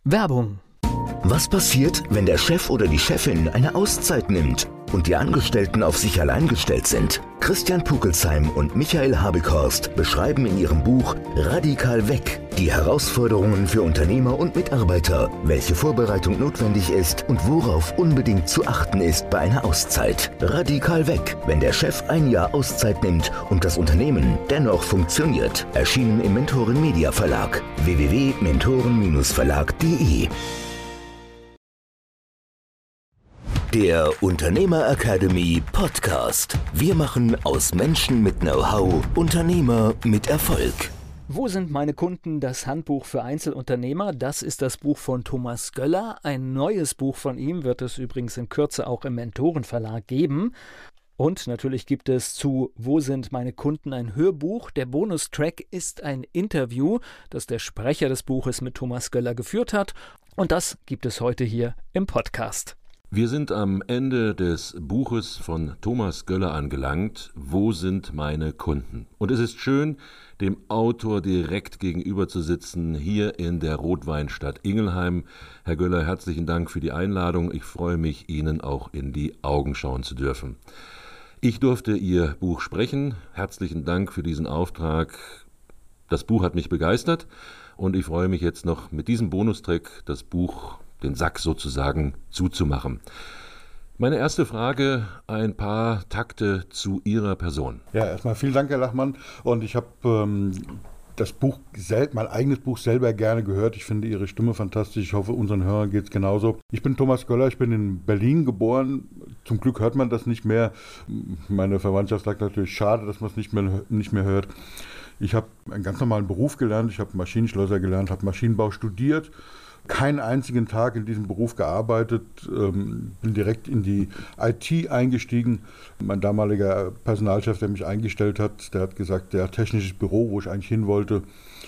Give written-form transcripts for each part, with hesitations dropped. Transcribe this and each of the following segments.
Werbung. Was passiert, wenn der Chef oder die Chefin eine Auszeit nimmt und die Angestellten auf sich allein gestellt sind? Christian Pukelsheim und Michael Habekhorst beschreiben in ihrem Buch Radikal weg die Herausforderungen für Unternehmer und Mitarbeiter, welche Vorbereitung notwendig ist und worauf unbedingt zu achten ist bei einer Auszeit. Radikal weg, wenn der Chef ein Jahr Auszeit nimmt und das Unternehmen dennoch funktioniert. Erschienen im Mentoren Media Verlag. www.mentoren-verlag.de. Der Unternehmer Academy Podcast. Wir machen aus Menschen mit Know-how Unternehmer mit Erfolg. Wo sind meine Kunden? Das Handbuch für Einzelunternehmer. Das ist das Buch von Thomas Göller. Ein neues Buch von ihm wird es übrigens in Kürze auch im Mentoren-Verlag geben. Und natürlich gibt es zu Wo sind meine Kunden ein Hörbuch. Der Bonustrack ist ein Interview, das der Sprecher des Buches mit Thomas Göller geführt hat. Und das gibt es heute hier im Podcast. Wir sind am Ende des Buches von Thomas Göller angelangt. Wo sind meine Kunden? Und es ist schön, dem Autor direkt gegenüber zu sitzen, hier in der Rotweinstadt Ingelheim. Herr Göller, herzlichen Dank für die Einladung. Ich freue mich, Ihnen auch in die Augen schauen zu dürfen. Ich durfte Ihr Buch sprechen. Herzlichen Dank für diesen Auftrag. Das Buch hat mich begeistert und ich freue mich jetzt noch mit diesem Bonustrack das Buch, den Sack sozusagen, zuzumachen. Meine erste Frage, ein paar Takte zu Ihrer Person. Ja, erstmal vielen Dank, Herr Lachmann. Und ich habe das Buch, mein eigenes Buch selber gerne gehört. Ich finde Ihre Stimme fantastisch. Ich hoffe, unseren Hörern geht es genauso. Ich bin Thomas Göller, ich bin in Berlin geboren. Zum Glück hört man das nicht mehr. Meine Verwandtschaft sagt natürlich, schade, dass man es nicht mehr hört. Ich habe einen ganz normalen Beruf gelernt. Ich habe Maschinenschlosser gelernt, habe Maschinenbau studiert. Keinen einzigen Tag in diesem Beruf gearbeitet, bin direkt in die IT eingestiegen. Mein damaliger Personalchef, der mich eingestellt hat, der hat gesagt, der technisches Büro, wo ich eigentlich hin wollte,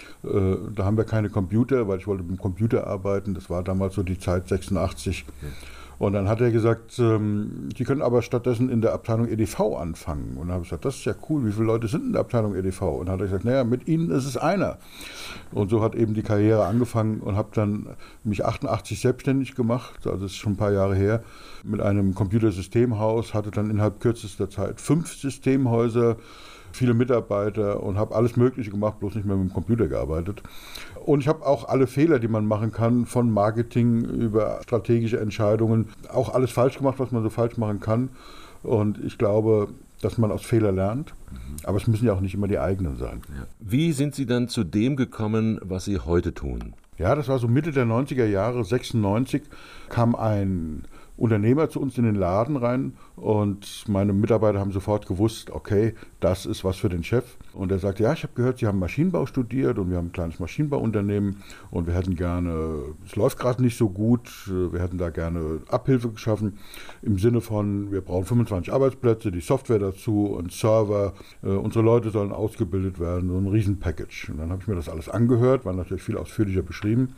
da haben wir keine Computer, weil ich wollte mit dem Computer arbeiten. Das war damals so die Zeit 86. Okay. Und dann hat er gesagt, Sie können aber stattdessen in der Abteilung EDV anfangen. Und dann habe ich gesagt, das ist ja cool, wie viele Leute sind in der Abteilung EDV? Und dann hat er gesagt, naja, mit Ihnen ist es einer. Und so hat eben die Karriere angefangen und habe dann mich 88 selbstständig gemacht, also das ist schon ein paar Jahre her, mit einem Computersystemhaus, hatte dann innerhalb kürzester Zeit 5 Systemhäuser, viele Mitarbeiter und habe alles Mögliche gemacht, bloß nicht mehr mit dem Computer gearbeitet. Und ich habe auch alle Fehler, die man machen kann, von Marketing über strategische Entscheidungen, auch alles falsch gemacht, was man so falsch machen kann. Und ich glaube, dass man aus Fehlern lernt, aber es müssen ja auch nicht immer die eigenen sein. Ja. Wie sind Sie dann zu dem gekommen, was Sie heute tun? Ja, das war so Mitte der 90er Jahre, 96, kam ein Unternehmer zu uns in den Laden rein und meine Mitarbeiter haben sofort gewusst, okay, das ist was für den Chef. Und er sagte, ja, ich habe gehört, Sie haben Maschinenbau studiert und wir haben ein kleines Maschinenbauunternehmen und wir hätten gerne, es läuft gerade nicht so gut, wir hätten da gerne Abhilfe geschaffen im Sinne von, wir brauchen 25 Arbeitsplätze, die Software dazu und Server, unsere Leute sollen ausgebildet werden, so ein Riesen-Package. Und dann habe ich mir das alles angehört, war natürlich viel ausführlicher beschrieben.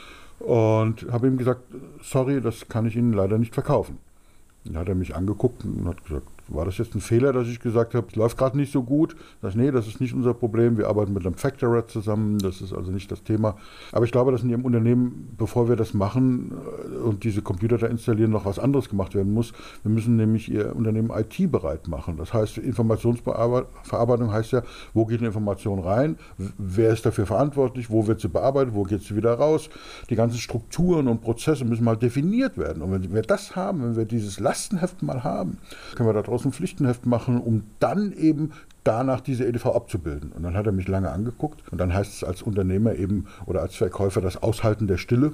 Und habe ihm gesagt, sorry, das kann ich Ihnen leider nicht verkaufen. Dann hat er mich angeguckt und hat gesagt, war das jetzt ein Fehler, dass ich gesagt habe, es läuft gerade nicht so gut? Nee, das ist nicht unser Problem, wir arbeiten mit einem Factorer zusammen, das ist also nicht das Thema. Aber ich glaube, dass in Ihrem Unternehmen, bevor wir das machen und diese Computer da installieren, noch was anderes gemacht werden muss. Wir müssen nämlich Ihr Unternehmen IT-bereit machen. Das heißt, Informationsverarbeitung heißt ja, wo geht eine Information rein, wer ist dafür verantwortlich, wo wird sie bearbeitet, wo geht sie wieder raus. Die ganzen Strukturen und Prozesse müssen mal definiert werden. Und wenn wir das haben, wenn wir dieses Lastenheft mal haben, können wir daraus ein Pflichtenheft machen, um dann eben danach diese EDV abzubilden. Und dann hat er mich lange angeguckt und dann heißt es als Unternehmer eben oder als Verkäufer das Aushalten der Stille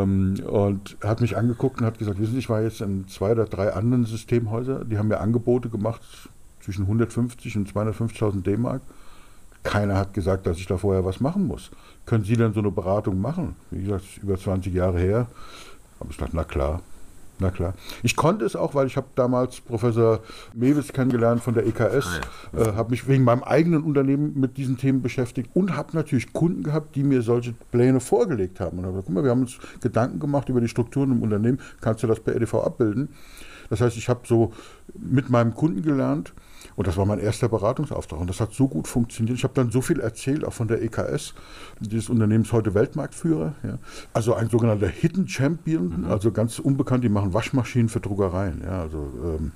und hat mich angeguckt und hat gesagt, wissen Sie, ich war jetzt in 2 oder 3 anderen Systemhäusern, die haben mir Angebote gemacht zwischen 150 und 250.000 D-Mark. Keiner hat gesagt, dass ich da vorher was machen muss. Können Sie denn so eine Beratung machen? Wie gesagt, das ist über 20 Jahre her. Aber ich dachte, na klar. Na klar. Ich konnte es auch, weil ich habe damals Professor Mewes kennengelernt von der EKS, habe mich wegen meinem eigenen Unternehmen mit diesen Themen beschäftigt und habe natürlich Kunden gehabt, die mir solche Pläne vorgelegt haben. Und habe gesagt, guck mal, wir haben uns Gedanken gemacht über die Strukturen im Unternehmen, kannst du das per EDV abbilden? Das heißt, ich habe so mit meinem Kunden gelernt und das war mein erster Beratungsauftrag und das hat so gut funktioniert. Ich habe dann so viel erzählt, auch von der EKS, dieses Unternehmen ist heute Weltmarktführer. Ja. Also ein sogenannter Hidden Champion, also ganz unbekannt, die machen Waschmaschinen für Druckereien. Ja. Also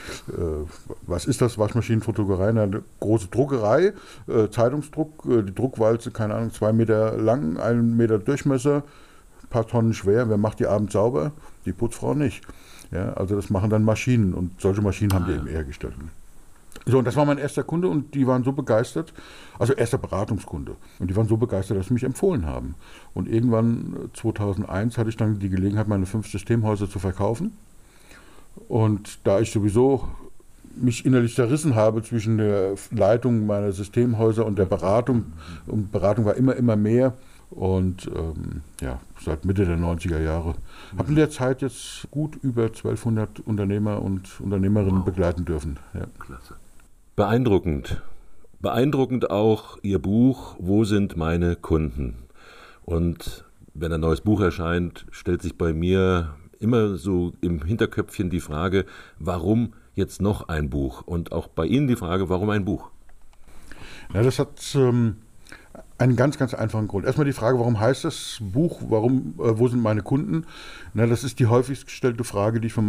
was ist das, Waschmaschinen für Druckereien? Eine große Druckerei, Zeitungsdruck, die Druckwalze, keine Ahnung, 2 Meter lang, 1 Meter Durchmesser, ein paar Tonnen schwer. Wer macht die abends sauber? Die Putzfrau nicht. Ja, also das machen dann Maschinen und solche Maschinen haben die eben hergestellt. So, und das war mein erster Kunde und die waren so begeistert, also erster Beratungskunde, und die waren so begeistert, dass sie mich empfohlen haben. Und irgendwann, 2001, hatte ich dann die Gelegenheit, meine 5 Systemhäuser zu verkaufen. Und da ich sowieso mich innerlich zerrissen habe zwischen der Leitung meiner Systemhäuser und der Beratung, und Beratung war immer mehr, und seit Mitte der 90er Jahre. Habe in der Zeit jetzt gut über 1200 Unternehmer und Unternehmerinnen begleiten dürfen. Ja. Klasse. Beeindruckend. Beeindruckend auch Ihr Buch Wo sind meine Kunden? Und wenn ein neues Buch erscheint, stellt sich bei mir immer so im Hinterköpfchen die Frage, warum jetzt noch ein Buch? Und auch bei Ihnen die Frage, warum ein Buch? Ja, das hat einen ganz, ganz einfachen Grund. Erstmal die Frage, warum heißt das Buch, wo sind meine Kunden? Na, das ist die häufigst gestellte Frage, die ich von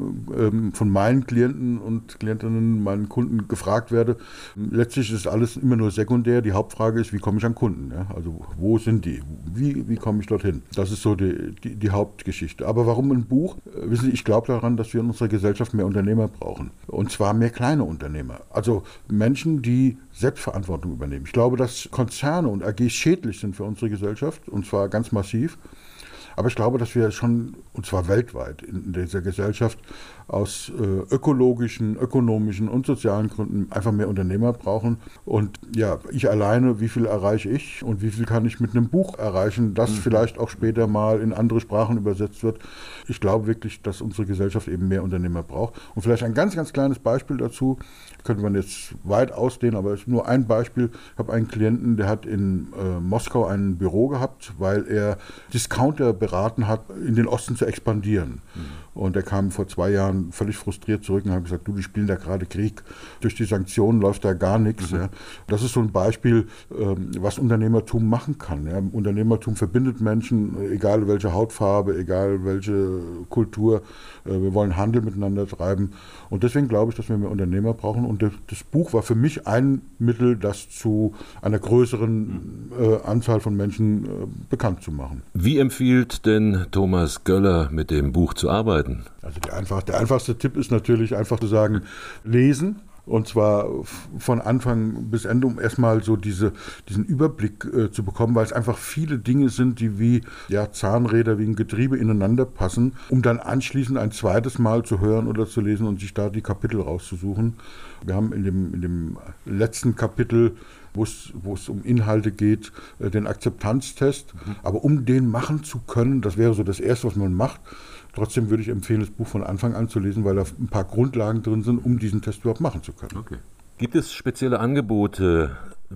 meinen Klienten und Klientinnen, meinen Kunden gefragt werde. Letztlich ist alles immer nur sekundär. Die Hauptfrage ist, wie komme ich an Kunden? Ja? Also wo sind die? Wie komme ich dorthin? Das ist so die Hauptgeschichte. Aber warum ein Buch? Wissen Sie, ich glaube daran, dass wir in unserer Gesellschaft mehr Unternehmer brauchen. Und zwar mehr kleine Unternehmer. Also Menschen, die Selbstverantwortung übernehmen. Ich glaube, dass Konzerne und AGs schädlich sind für unsere Gesellschaft, und zwar ganz massiv. Aber ich glaube, dass wir schon, und zwar weltweit in dieser Gesellschaft, aus ökologischen, ökonomischen und sozialen Gründen einfach mehr Unternehmer brauchen. Und ja, ich alleine, wie viel erreiche ich und wie viel kann ich mit einem Buch erreichen, das vielleicht auch später mal in andere Sprachen übersetzt wird. Ich glaube wirklich, dass unsere Gesellschaft eben mehr Unternehmer braucht. Und vielleicht ein ganz, ganz kleines Beispiel dazu, könnte man jetzt weit ausdehnen, aber es ist nur ein Beispiel. Ich habe einen Klienten, der hat in Moskau ein Büro gehabt, weil er Discounter beraten hat, in den Osten zu expandieren. Und er kam vor 2 Jahren völlig frustriert zurück und hat gesagt, die spielen da gerade Krieg. Durch die Sanktionen läuft da gar nichts. Ja. Das ist so ein Beispiel, was Unternehmertum machen kann. Ja. Unternehmertum verbindet Menschen, egal welche Hautfarbe, egal welche Kultur. Wir wollen Handel miteinander treiben. Und deswegen glaube ich, dass wir mehr Unternehmer brauchen. Und das Buch war für mich ein Mittel, das zu einer größeren Anzahl von Menschen bekannt zu machen. Wie empfiehlt denn Thomas Göller, mit dem Buch zu arbeiten? Also der einfachste Tipp ist natürlich einfach zu sagen, lesen. Und zwar von Anfang bis Ende, um erstmal so diesen Überblick zu bekommen, weil es einfach viele Dinge sind, die wie Zahnräder, wie ein Getriebe ineinander passen, um dann anschließend ein zweites Mal zu hören oder zu lesen und sich da die Kapitel rauszusuchen. Wir haben in dem letzten Kapitel, wo es um Inhalte geht, den Akzeptanztest. Aber um den machen zu können, das wäre so das Erste, was man macht. Trotzdem würde ich empfehlen, das Buch von Anfang an zu lesen, weil da ein paar Grundlagen drin sind, um diesen Test überhaupt machen zu können. Okay. Gibt es spezielle Angebote,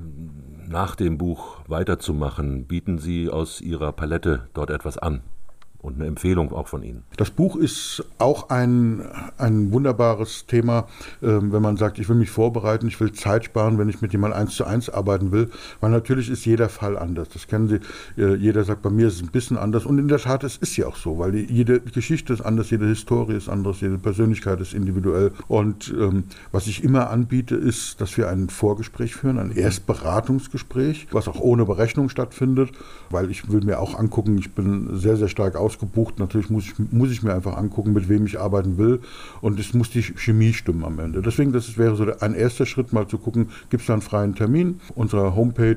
nach dem Buch weiterzumachen? Bieten Sie aus Ihrer Palette dort etwas an? Und eine Empfehlung auch von Ihnen. Das Buch ist auch ein wunderbares Thema, wenn man sagt, ich will mich vorbereiten, ich will Zeit sparen, wenn ich mit jemandem 1:1 arbeiten will. Weil natürlich ist jeder Fall anders. Das kennen Sie. Jeder sagt, bei mir ist es ein bisschen anders. Und in der Tat, es ist ja auch so, weil jede Geschichte ist anders, jede Historie ist anders, jede Persönlichkeit ist individuell. Und was ich immer anbiete, ist, dass wir ein Vorgespräch führen, ein Erstberatungsgespräch, was auch ohne Berechnung stattfindet, weil ich will mir auch angucken, ich bin sehr, sehr stark ausgebucht. Natürlich muss ich mir einfach angucken, mit wem ich arbeiten will, und es muss die Chemie stimmen am Ende. Deswegen, das wäre so ein erster Schritt, mal zu gucken, gibt es da einen freien Termin? Unserer Homepage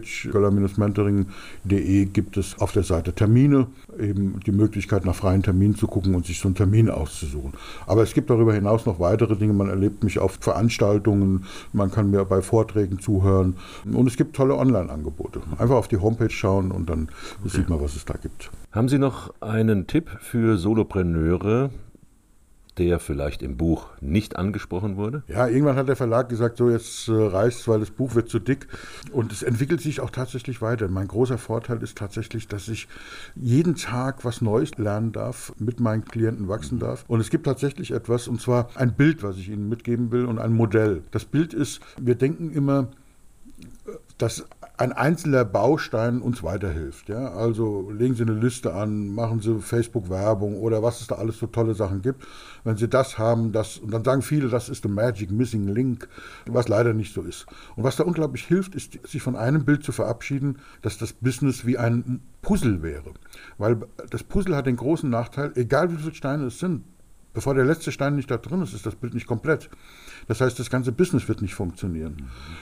göller-mentoring.de gibt es auf der Seite Termine, eben die Möglichkeit, nach freien Terminen zu gucken und sich so einen Termin auszusuchen. Aber es gibt darüber hinaus noch weitere Dinge. Man erlebt mich auf Veranstaltungen, man kann mir bei Vorträgen zuhören, und es gibt tolle Online-Angebote. Einfach auf die Homepage schauen und dann sieht man, was es da gibt. Haben Sie noch einen Tipp für Solopreneure, der vielleicht im Buch nicht angesprochen wurde? Ja, irgendwann hat der Verlag gesagt, so jetzt reicht's, weil das Buch wird zu dick. Und es entwickelt sich auch tatsächlich weiter. Mein großer Vorteil ist tatsächlich, dass ich jeden Tag was Neues lernen darf, mit meinen Klienten wachsen darf. Und es gibt tatsächlich etwas, und zwar ein Bild, was ich Ihnen mitgeben will, und ein Modell. Das Bild ist, wir denken immer, dass ein einzelner Baustein uns weiterhilft. Ja? Also legen Sie eine Liste an, machen Sie Facebook-Werbung oder was es da alles so tolle Sachen gibt. Wenn Sie das haben, und dann sagen viele, das ist the magic missing link, was leider nicht so ist. Und was da unglaublich hilft, ist, sich von einem Bild zu verabschieden, dass das Business wie ein Puzzle wäre. Weil das Puzzle hat den großen Nachteil, egal wie viele Steine es sind, bevor der letzte Stein nicht da drin ist, ist das Bild nicht komplett. Das heißt, das ganze Business wird nicht funktionieren.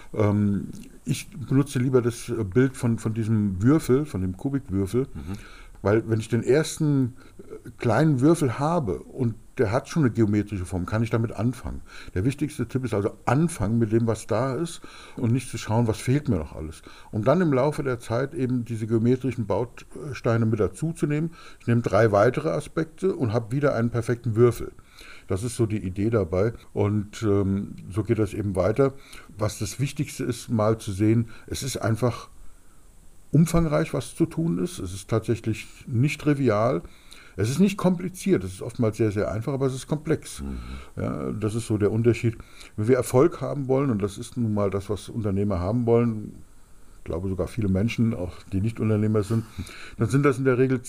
Ich benutze lieber das Bild von diesem Würfel, von dem Kubikwürfel, weil wenn ich den ersten kleinen Würfel habe und der hat schon eine geometrische Form, kann ich damit anfangen. Der wichtigste Tipp ist also anfangen mit dem, was da ist und nicht zu schauen, was fehlt mir noch alles. Und dann im Laufe der Zeit eben diese geometrischen Bausteine mit dazu zu nehmen. Ich nehme 3 weitere Aspekte und habe wieder einen perfekten Würfel. Das ist so die Idee dabei und so geht das eben weiter. Was das Wichtigste ist, mal zu sehen, es ist einfach umfangreich, was zu tun ist. Es ist tatsächlich nicht trivial. Es ist nicht kompliziert, es ist oftmals sehr, sehr einfach, aber es ist komplex. Ja, das ist so der Unterschied. Wenn wir Erfolg haben wollen, und das ist nun mal das, was Unternehmer haben wollen, ich glaube sogar viele Menschen, auch die nicht Unternehmer sind, dann sind das in der Regel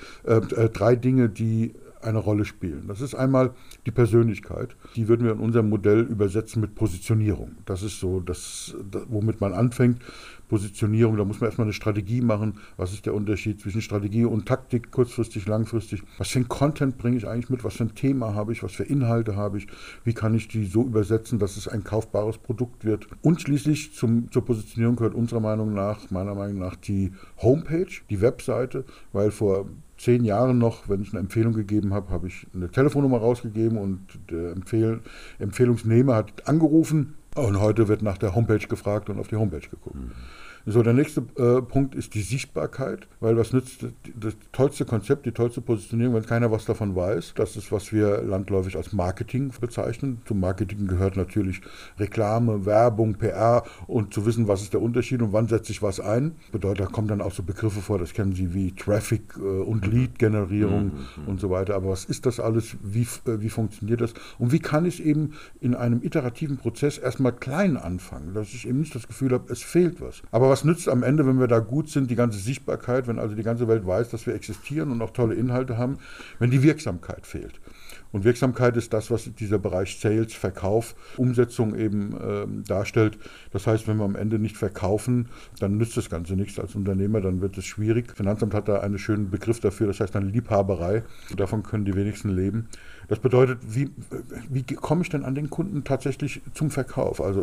3 Dinge, die eine Rolle spielen. Das ist einmal die Persönlichkeit. Die würden wir in unserem Modell übersetzen mit Positionierung. Das ist so das, womit man anfängt. Positionierung, da muss man erstmal eine Strategie machen. Was ist der Unterschied zwischen Strategie und Taktik, kurzfristig, langfristig? Was für ein Content bringe ich eigentlich mit? Was für ein Thema habe ich? Was für Inhalte habe ich? Wie kann ich die so übersetzen, dass es ein kaufbares Produkt wird? Und schließlich zur Positionierung gehört meiner Meinung nach, die Homepage, die Webseite, weil vor 10 Jahren noch, wenn ich eine Empfehlung gegeben habe, habe ich eine Telefonnummer rausgegeben und der Empfehlungsnehmer hat angerufen und heute wird nach der Homepage gefragt und auf die Homepage geguckt. So, der nächste Punkt ist die Sichtbarkeit, weil was nützt das tollste Konzept, die tollste Positionierung, wenn keiner was davon weiß. Das ist, was wir landläufig als Marketing bezeichnen. Zum Marketing gehört natürlich Reklame, Werbung, PR und zu wissen, was ist der Unterschied und wann setze ich was ein. Bedeutet, da kommen dann auch so Begriffe vor, das kennen Sie wie Traffic und Lead-Generierung und so weiter. Aber was ist das alles? Wie funktioniert das? Und wie kann ich eben in einem iterativen Prozess erstmal klein anfangen, dass ich eben nicht das Gefühl habe, es fehlt was. Aber was nützt am Ende, wenn wir da gut sind, die ganze Sichtbarkeit, wenn also die ganze Welt weiß, dass wir existieren und auch tolle Inhalte haben, wenn die Wirksamkeit fehlt? Und Wirksamkeit ist das, was dieser Bereich Sales, Verkauf, Umsetzung eben darstellt. Das heißt, wenn wir am Ende nicht verkaufen, dann nützt das Ganze nichts als Unternehmer, dann wird es schwierig. Das Finanzamt hat da einen schönen Begriff dafür, das heißt eine Liebhaberei. Davon können die wenigsten leben. Das bedeutet, wie komme ich denn an den Kunden tatsächlich zum Verkauf? Also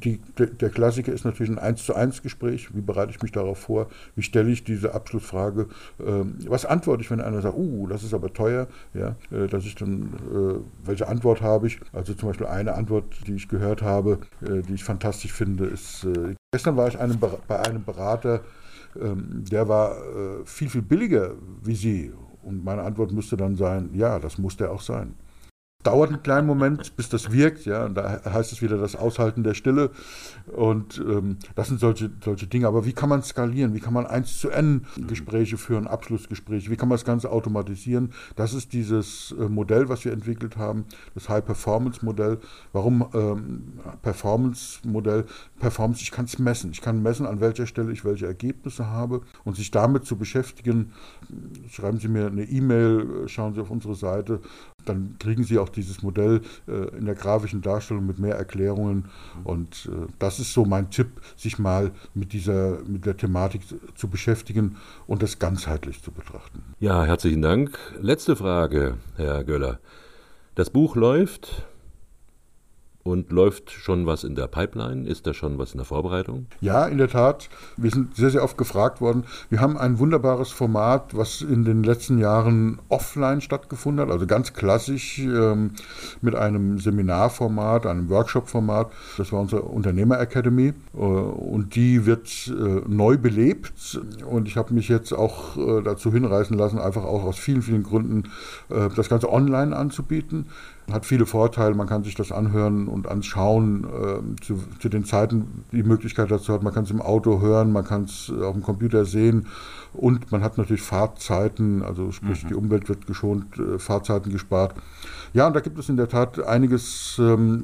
der Klassiker ist natürlich ein 1:1 Gespräch. Wie bereite ich mich darauf vor? Wie stelle ich diese Abschlussfrage? Was antworte ich, wenn einer sagt, das ist aber teuer? Ja, dass ich dann, welche Antwort habe ich? Also zum Beispiel eine Antwort, die ich gehört habe, die ich fantastisch finde, ist, gestern war ich bei einem Berater, der war viel, viel billiger wie Sie. Und meine Antwort müsste dann sein, ja, das muss der auch sein. Dauert einen kleinen Moment, bis das wirkt, ja, und da heißt es wieder das Aushalten der Stille und das sind solche Dinge. Aber wie kann man skalieren? Wie kann man 1:N Gespräche führen, Abschlussgespräche? Wie kann man das Ganze automatisieren? Das ist dieses Modell, was wir entwickelt haben, das High-Performance-Modell. Warum Performance-Modell? Performance, ich kann es messen. Ich kann messen, an welcher Stelle ich welche Ergebnisse habe und sich damit zu beschäftigen. Schreiben Sie mir eine E-Mail, schauen Sie auf unsere Seite, dann kriegen Sie auch dieses Modell in der grafischen Darstellung mit mehr Erklärungen und das ist so mein Tipp, sich mal mit der Thematik zu beschäftigen und das ganzheitlich zu betrachten. Ja, herzlichen Dank. Letzte Frage, Herr Göller. Das Buch läuft und läuft schon was in der Pipeline? Ist da schon was in der Vorbereitung? Ja, in der Tat. Wir sind sehr, sehr oft gefragt worden. Wir haben ein wunderbares Format, was in den letzten Jahren offline stattgefunden hat, also ganz klassisch mit einem Seminarformat, einem Workshop-Format. Das war unsere Unternehmer Academy und die wird neu belebt und ich habe mich jetzt auch dazu hinreißen lassen, einfach auch aus vielen, vielen Gründen das Ganze online anzubieten. Hat viele Vorteile, man kann sich das anhören und anschauen, zu den Zeiten die Möglichkeit dazu hat, man kann es im Auto hören, man kann es auf dem Computer sehen und man hat natürlich Fahrtzeiten, also sprich die Umwelt wird geschont, Fahrtzeiten gespart. Ja, und da gibt es in der Tat einiges,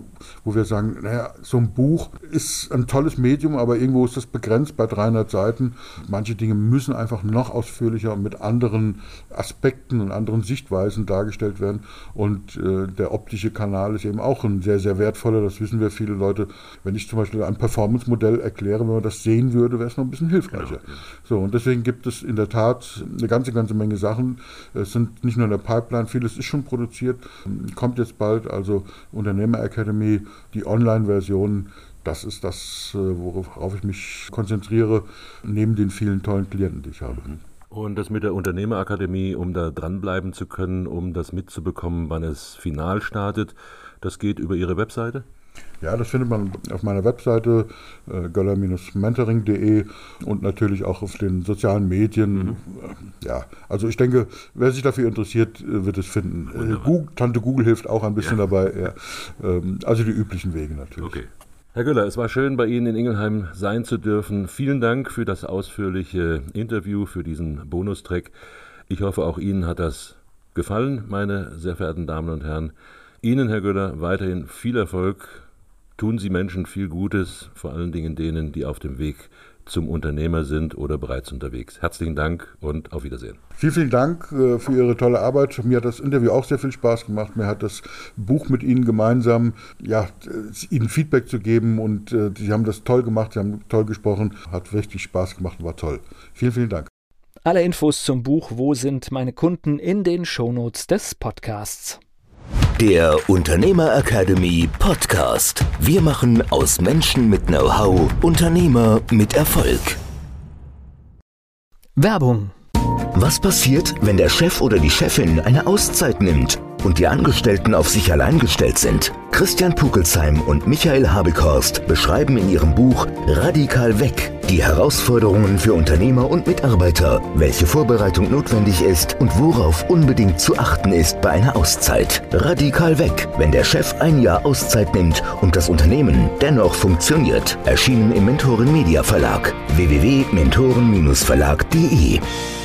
wo wir sagen, naja, so ein Buch ist ein tolles Medium, aber irgendwo ist das begrenzt bei 300 Seiten. Manche Dinge müssen einfach noch ausführlicher und mit anderen Aspekten und anderen Sichtweisen dargestellt werden. Und der optische Kanal ist eben auch ein sehr, sehr wertvoller, das wissen wir viele Leute. Wenn ich zum Beispiel ein Performance-Modell erkläre, wenn man das sehen würde, wäre es noch ein bisschen hilfreicher. Genau. So, und deswegen gibt es in der Tat eine ganze Menge Sachen. Es sind nicht nur in der Pipeline, vieles ist schon produziert. Kommt jetzt bald, also Unternehmer Academy, die Online-Version, das ist das, worauf ich mich konzentriere, neben den vielen tollen Klienten, die ich habe. Und das mit der Unternehmerakademie, um da dranbleiben zu können, um das mitzubekommen, wann es final startet, das geht über Ihre Webseite? Ja, das findet man auf meiner Webseite göller-mentoring.de und natürlich auch auf den sozialen Medien. Ja, also ich denke, wer sich dafür interessiert, wird es finden. Tante Google hilft auch ein bisschen dabei. Ja. Also die üblichen Wege natürlich. Okay. Herr Göller, es war schön, bei Ihnen in Ingelheim sein zu dürfen. Vielen Dank für das ausführliche Interview, für diesen Bonustrack. Ich hoffe, auch Ihnen hat das gefallen, meine sehr verehrten Damen und Herren. Ihnen, Herr Göller, weiterhin viel Erfolg. Tun Sie Menschen viel Gutes, vor allen Dingen denen, die auf dem Weg zum Unternehmer sind oder bereits unterwegs. Herzlichen Dank und auf Wiedersehen. Vielen Dank für Ihre tolle Arbeit. Mir hat das Interview auch sehr viel Spaß gemacht. Mir hat das Buch mit Ihnen gemeinsam, ja, Ihnen Feedback zu geben und Sie haben das toll gemacht, Sie haben toll gesprochen, hat richtig Spaß gemacht und war toll. Vielen Dank. Alle Infos zum Buch Wo sind meine Kunden in den Shownotes des Podcasts. Der Unternehmer Academy Podcast. Wir machen aus Menschen mit Know-how Unternehmer mit Erfolg. Werbung. Was passiert, wenn der Chef oder die Chefin eine Auszeit nimmt und die Angestellten auf sich allein gestellt sind? Christian Pukelsheim und Michael Habekhorst beschreiben in ihrem Buch Radikal weg die Herausforderungen für Unternehmer und Mitarbeiter, welche Vorbereitung notwendig ist und worauf unbedingt zu achten ist bei einer Auszeit. Radikal weg, wenn der Chef ein Jahr Auszeit nimmt und das Unternehmen dennoch funktioniert. Erschienen im Mentoren Media Verlag. www.mentoren-verlag.de